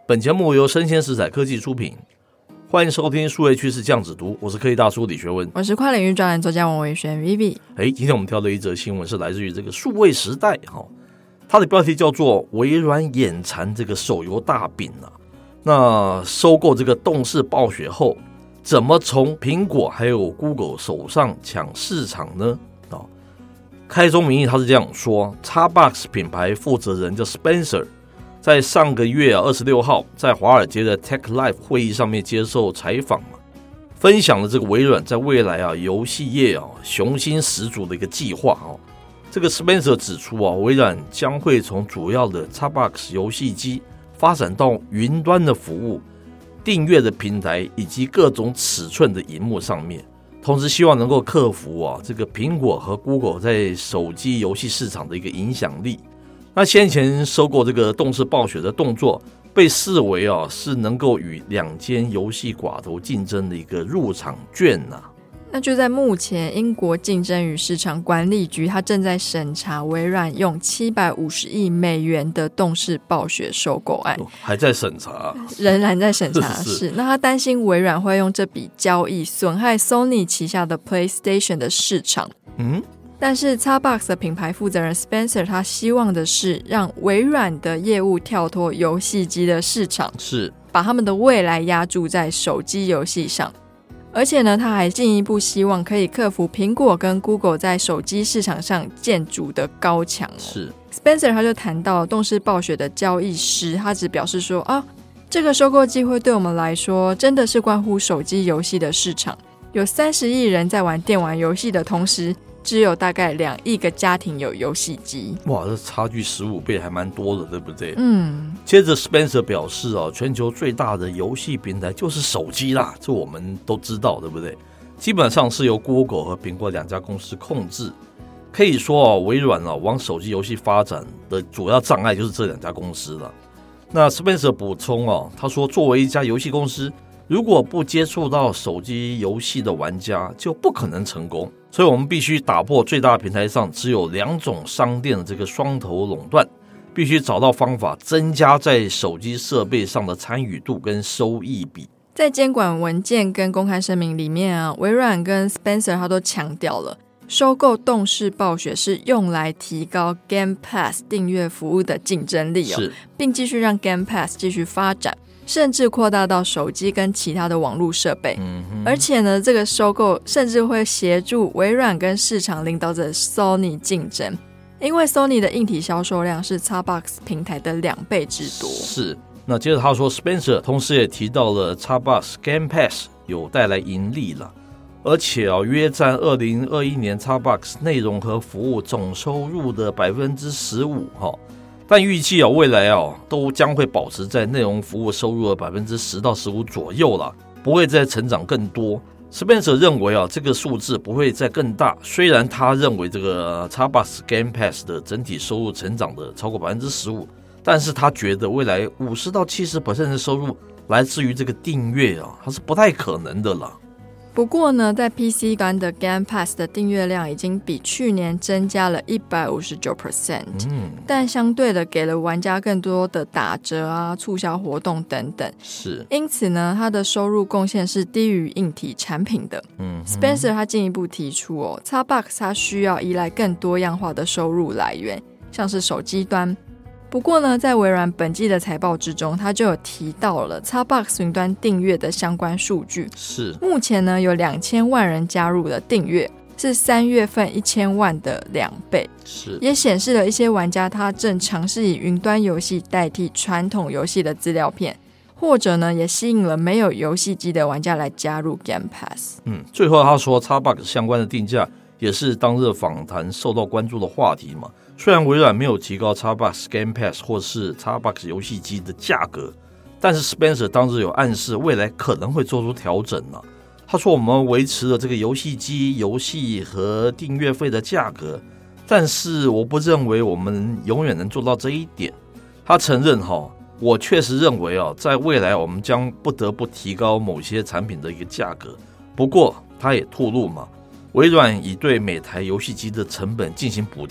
本节目由生鲜食材科技出品，欢迎收听数位趋势酱子读，我是科技大叔李学文， 我是跨领域专栏作家王维轩 Vivi。 今天我们挑的一则新闻是来自于这个数位时代，它的标题叫做微软眼馋这个手游大饼那收购这个动视暴雪后，怎么从苹果还有 Google 手上抢市场呢？开宗明义他是这样说， Xbox 品牌负责人叫 Spencer， 在上个月26号在华尔街的 Tech Live 会议上面接受采访分享了这个微软在未来游戏业雄心十足的一个计划这个 Spencer 指出微软将会从主要的 Xbox 游戏机发展到云端的服务、订阅的平台以及各种尺寸的萤幕上面，同时希望能够克服这个苹果和 Google 在手机游戏市场的一个影响力。那先前收购这个动视暴雪的动作被视为是能够与两间游戏寡头竞争的一个入场券那就在目前，英国竞争与市场管理局它正在审查微软用750亿美元的动视暴雪收购案， 还在审查， 仍然在审查。是，那他担心微软会用这笔交易损害 Sony 旗下的 PlayStation 的市场。但是 Xbox 的品牌负责人 Spencer 他希望的是让微软的业务跳脱游戏机的市场， 是把他们的未来压注在手机游戏上。而且呢，他还进一步希望可以克服苹果跟 Google 在手机市场上建筑的高墙是 Spencer 他就谈到动视暴雪的交易师，他只表示说这个收购机会对我们来说真的是关乎手机游戏的市场，有30亿人在玩电玩游戏的同时，只有大概2亿个家庭有游戏机。 哇，这差距15倍还蛮多的，对不对？接着 Spencer 表示全球最大的游戏平台就是手机啦，这我们都知道，对不对？基本上是由 Google 和苹果两家公司控制。可以说微软往手机游戏发展的主要障碍就是这两家公司了。那 Spencer 补充他说作为一家游戏公司，如果不接触到手机游戏的玩家就不可能成功，所以我们必须打破最大平台上只有2种商店的这个双头垄断，必须找到方法增加在手机设备上的参与度跟收益比。 在监管文件跟公开声明里面微软跟 Spencer 他都强调了收购动视暴雪是用来提高 Game Pass 订阅服务的竞争力并继续让 Game Pass 继续发展，甚至扩大到手机跟其他的网络设备。而且呢，这个收购甚至会协助微软跟市场领导者 Sony 竞争，因为 Sony 的硬体销售量是 Xbox 平台的2倍之多。 是，那接着他说 Spencer 同时也提到了 Xbox Game Pass 有带来盈利了，而且约占2021年 Xbox 内容和服务总收入的 15%但预计未来都将会保持在内容服务收入的 10%到15% 左右了，不会再成长更多。Spencer 认为这个数字不会再更大，虽然他认为这个 Xbox Game Pass 的整体收入成长的超过 15%， 但是他觉得未来 50% 到 70% 的收入来自于这个订阅它是不太可能的了。 不过呢，在 PC 端的 Game Pass 的订阅量已经比去年增加了 159%，但相对的给了玩家更多的打折促销活动等等。 是， 因此呢，它的收入贡献是低于硬体产品的。Spencer 他进一步提出Xbox 它需要依赖更多样化的收入来源，像是手机端。不过呢，在微软本季的财报之中，他就有提到了 Xbox 云端订阅的相关数据。 是， 目前呢有2000万人加入了订阅，是3月份1000万的2倍。 是，也显示了一些玩家他正尝试以云端游戏代替传统游戏的资料片，或者呢也吸引了没有游戏机的玩家来加入 Game Pass。 最后他说 Xbox 相关的定价也是当日访谈受到关注的话题嘛。虽然微软没有提高 Xbox Game Pass 或是 Xbox 游戏机的价格，但是 Spencer 当日有暗示未来可能会做出调整他说我们维持了这个游戏机、游戏和订阅费的价格，但是我不认为我们永远能做到这一点。他承认我确实认为在未来我们将不得不提高某些产品的一个价格。不过他也透露嘛，微软已对每台游戏机的成本进行补贴，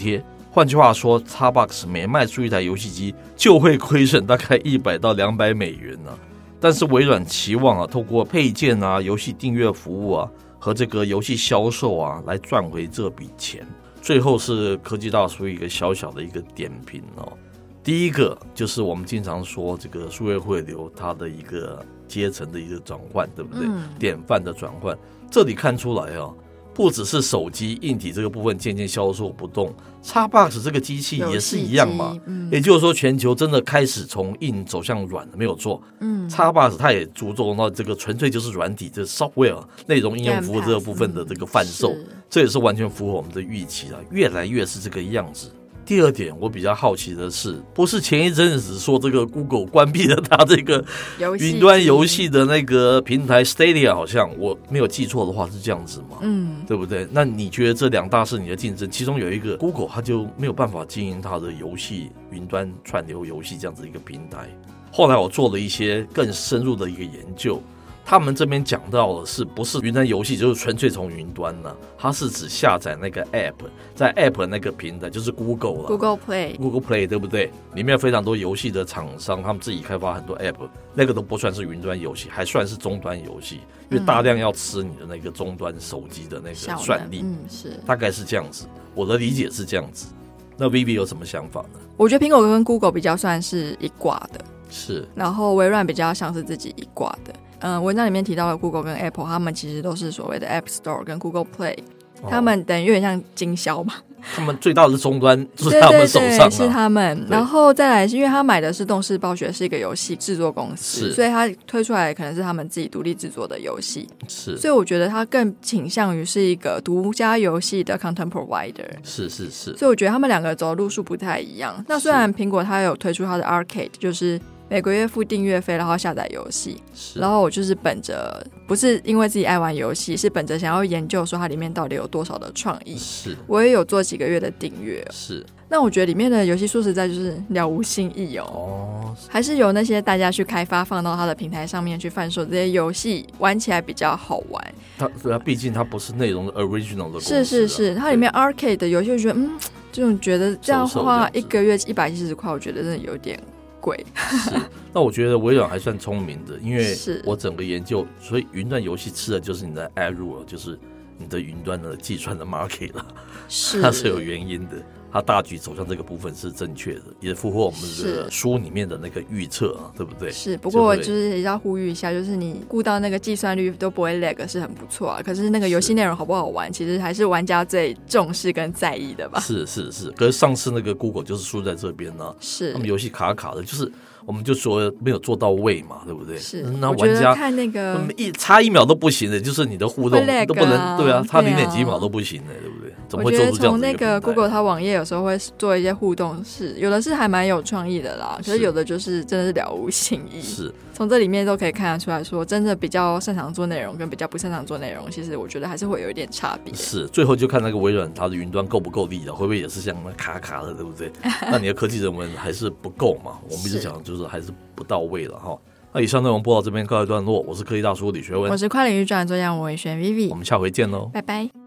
换句话说 Xbox 每卖出一台游戏机就会亏损大概100到200美元啊。但是微软期望透过配件啊、游戏订阅服务啊和这个游戏销售啊来赚回这笔钱。最后是科技大叔一个小小的一个点评第一个就是我们经常说这个数位汇流它的一个阶层的一个转换，对不对？典范的转换，这里看出来不只是手机硬体这个部分渐渐销售不动， Xbox 这个机器也是一样嘛。也就是说全球真的开始从硬走向软没有错。Xbox 它也注重到这个纯粹就是软体，这 software 内容应用服务这个部分的这个贩售，这也是完全符合我们的预期了，越来越是这个样子。第二点我比较好奇的是，不是前一阵子说这个 Google 关闭了它这个云端游戏的那个平台 Stadia， 好像我没有记错的话是这样子嘛？对不对？那你觉得这两大是你的竞争，其中有一个 Google 它就没有办法经营它的游戏云端串流游戏这样子一个平台。后来我做了一些更深入的一个研究，他们这边讲到的是不是云端游戏就是纯粹从云端呢？它是指下载那个 App， 在 App 那个平台就是 Google 啦 Google Play 对不对？里面有非常多游戏的厂商，他们自己开发很多 App， 那个都不算是云端游戏，还算是终端游戏，因为大量要吃你的那个终端手机的那个算力， 是大概是这样子，我的理解是这样子。那 Vivi 有什么想法呢？ 我觉得苹果跟 Google 比较算是一挂的， 是， 然后微软比较像是自己一挂的。文章里面提到的 Google 跟 Apple， 他们其实都是所谓的 App Store 跟 Google Play，他们等于有点像经销嘛。 他们最大的终端就是他们手上对，是他们。然后再来是因为他买的是动视暴雪，是一个游戏制作公司，所以他推出来可能是他们自己独立制作的游戏。 是， 所以我觉得他更倾向于是一个独家游戏的 content provider。 是。 所以我觉得他们两个走的路数不太一样。那虽然苹果它有推出它的 Arcade， 就是每个月付订阅费，然后下载游戏，然后我就是本着不是因为自己爱玩游戏，是本着想要研究说它里面到底有多少的创意， 是我也有做几个月的订阅。 是， 那我觉得里面的游戏说实在就是了无新意还是由那些大家去开发放到它的平台上面去贩售，这些游戏玩起来比较好玩。 它毕竟它不是内容的 original 的公司， 是，它里面 Arcade 的游戏，我觉得这种觉得这样花一个月170块，我觉得真的有点贵。 是，那我觉得微软还算聪明的，因为我整个研究，所以云端游戏吃的就是你的 Azure， 就是你的云端的计算的 market 啦，它是有原因的。它大局走向这个部分是正确的，也符合我们的书里面的那个预测对不对？ 是，不过就是也要呼吁一下，就是你顾到那个计算率都不会 lag 是很不错可是那个游戏内容好不好玩，其实还是玩家最重视跟在意的吧。 是，可是上次那个 Google 就是输在这边是他们游戏卡的，就是我们就说没有做到位嘛，对不对？ 是， 那玩家看那个差1秒都不行的，就是你的互动都不能，对啊，差0.几秒都不行的，对不对？怎么会做出这样子的一个平台？我觉得从那个 Google 它网页有时候会做一些互动，是有的是还蛮有创意的啦，可是有的就是真的是了无新意。 是， 从这里面都可以看得出来说，真的比较擅长做内容跟比较不擅长做内容，其实我觉得还是会有一点差别。 是，最后就看那个微软它的云端够不够力了，会不会也是像那卡的，对不对？那你的科技人文还是不够嘛？我们一直讲就是还是不到位了哈。那以上内容播到这边告一段落，我是科技大叔李学文， 我是跨领域专栏作家文伟轩 Vivi， 我们下回见喽， 拜拜。